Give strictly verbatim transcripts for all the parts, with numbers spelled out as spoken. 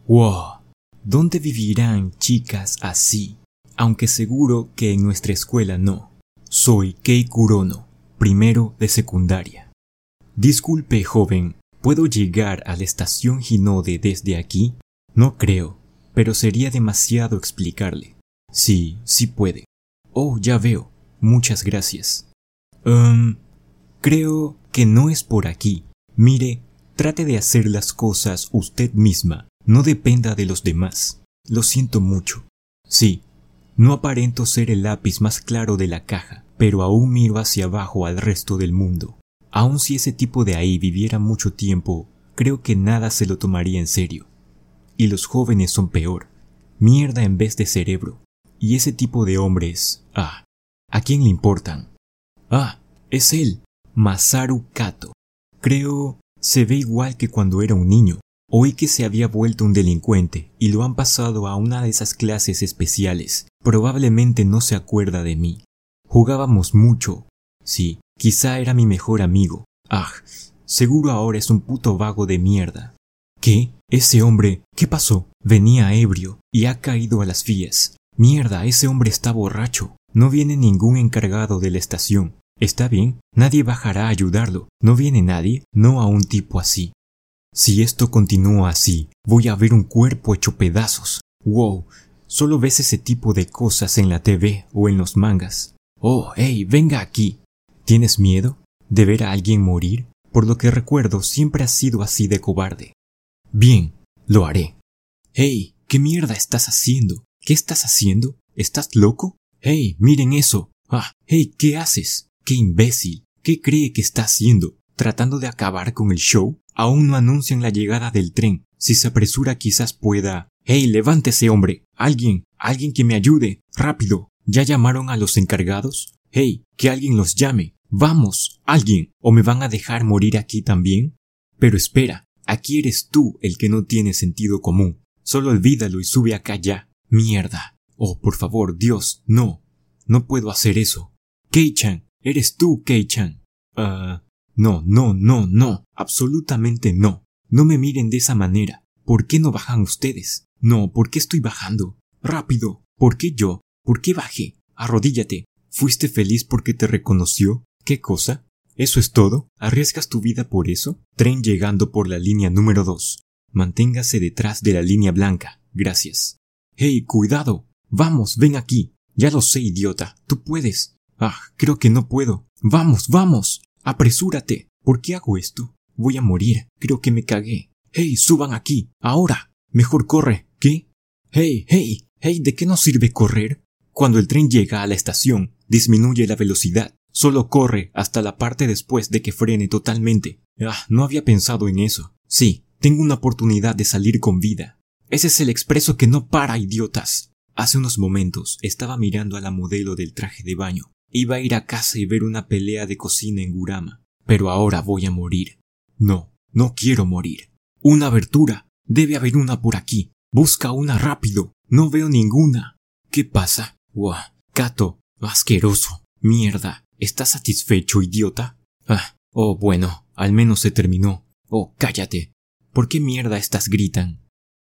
Wow, ¿dónde vivirán chicas así? Aunque seguro que en nuestra escuela no. Soy Kei Kurono, primero de secundaria. Disculpe, joven, ¿puedo llegar a la estación Hinode desde aquí? No creo, pero sería demasiado explicarle. Sí, sí puede. Oh, ya veo. Muchas gracias. Um, creo que no es por aquí. Mire, trate de hacer las cosas usted misma. No dependa de los demás. Lo siento mucho. Sí, no aparento ser el lápiz más claro de la caja, pero aún miro hacia abajo al resto del mundo. Aun si ese tipo de ahí viviera mucho tiempo, creo que nada se lo tomaría en serio. Y los jóvenes son peor. Mierda en vez de cerebro. Y ese tipo de hombres, ah, ¿a quién le importan? Ah, es él, Masaru Kato. Creo, se ve igual que cuando era un niño. Oí que se había vuelto un delincuente y lo han pasado a una de esas clases especiales. Probablemente no se acuerda de mí. Jugábamos mucho. Sí, quizá era mi mejor amigo. Ah, seguro ahora es un puto vago de mierda. ¿Qué? Ese hombre, ¿qué pasó? Venía ebrio y ha caído a las vías. Mierda, ese hombre está borracho. No viene ningún encargado de la estación. ¿Está bien? Nadie bajará a ayudarlo. ¿No viene nadie? No a un tipo así. Si esto continúa así, voy a ver un cuerpo hecho pedazos. Wow, solo ves ese tipo de cosas en la T V o en los mangas. Oh, hey, venga aquí. ¿Tienes miedo de ver a alguien morir? Por lo que recuerdo, siempre has sido así de cobarde. Bien, lo haré. Hey, ¿qué mierda estás haciendo? ¿Qué estás haciendo? ¿Estás loco? Hey, miren eso. Ah, hey, ¿qué haces? ¡Qué imbécil! ¿Qué cree que está haciendo? ¿Tratando de acabar con el show? Aún no anuncian la llegada del tren. Si se apresura quizás pueda... ¡Hey, levántese, hombre! ¡Alguien! ¡Alguien que me ayude! ¡Rápido! ¿Ya llamaron a los encargados? ¡Hey, que alguien los llame! ¡Vamos! ¡Alguien! ¿O me van a dejar morir aquí también? Pero espera, aquí eres tú el que no tiene sentido común. Solo olvídalo y sube acá ya. ¡Mierda! Oh, por favor, Dios, no. No puedo hacer eso. Kei-chan, eres tú, Kei-chan. Ah... Uh, No, no, no, no, absolutamente no. No me miren de esa manera. ¿Por qué no bajan ustedes? No, ¿por qué estoy bajando? Rápido. ¿Por qué yo? ¿Por qué bajé? Arrodíllate. ¿Fuiste feliz porque te reconoció? ¿Qué cosa? ¿Eso es todo? ¿Arriesgas tu vida por eso? Tren llegando por la línea número dos. Manténgase detrás de la línea blanca. Gracias. Hey, cuidado. Vamos, ven aquí. Ya lo sé, idiota. Tú puedes. Ah, creo que no puedo. Vamos, vamos. ¡Apresúrate! ¿Por qué hago esto? Voy a morir. Creo que me cagué. ¡Hey, suban aquí! ¡Ahora! Mejor corre. ¿Qué? ¡Hey, hey! ¡Hey! ¿De qué nos sirve correr? Cuando el tren llega a la estación, disminuye la velocidad. Solo corre hasta la parte después de que frene totalmente. Ah, no había pensado en eso. Sí, tengo una oportunidad de salir con vida. Ese es el expreso que no para, idiotas. Hace unos momentos estaba mirando a la modelo del traje de baño. Iba a ir a casa y ver una pelea de cocina en Gurama, pero ahora voy a morir. No, no quiero morir. Una abertura. Debe haber una por aquí. Busca una rápido. No veo ninguna. ¿Qué pasa? Guau, Kato, asqueroso. Mierda. ¿Estás satisfecho, idiota? Ah, oh, bueno, al menos se terminó. Oh, cállate. ¿Por qué mierda estas gritan?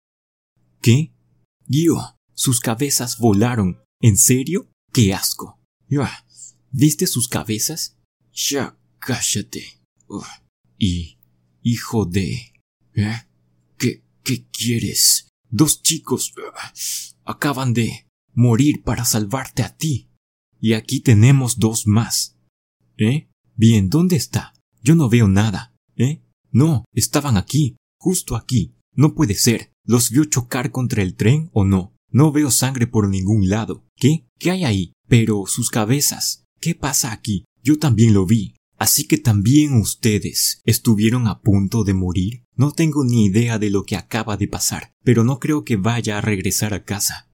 ¿Qué? Yo, sus cabezas volaron. ¿En serio? ¡Qué asco! Ah, ¿viste sus cabezas? Ya, cállate. Uh, y... hijo de... ¿Eh? ¿Qué, qué quieres? Dos chicos uh, acaban de morir para salvarte a ti. Y aquí tenemos dos más. ¿Eh? Bien, ¿dónde está? Yo no veo nada. ¿Eh? No, estaban aquí, justo aquí. No puede ser. ¿Los vio chocar contra el tren o no? No veo sangre por ningún lado. ¿Qué? ¿Qué hay ahí? Pero sus cabezas... ¿Qué pasa aquí? Yo también lo vi. Así que también ustedes estuvieron a punto de morir. No tengo ni idea de lo que acaba de pasar, pero no creo que vaya a regresar a casa.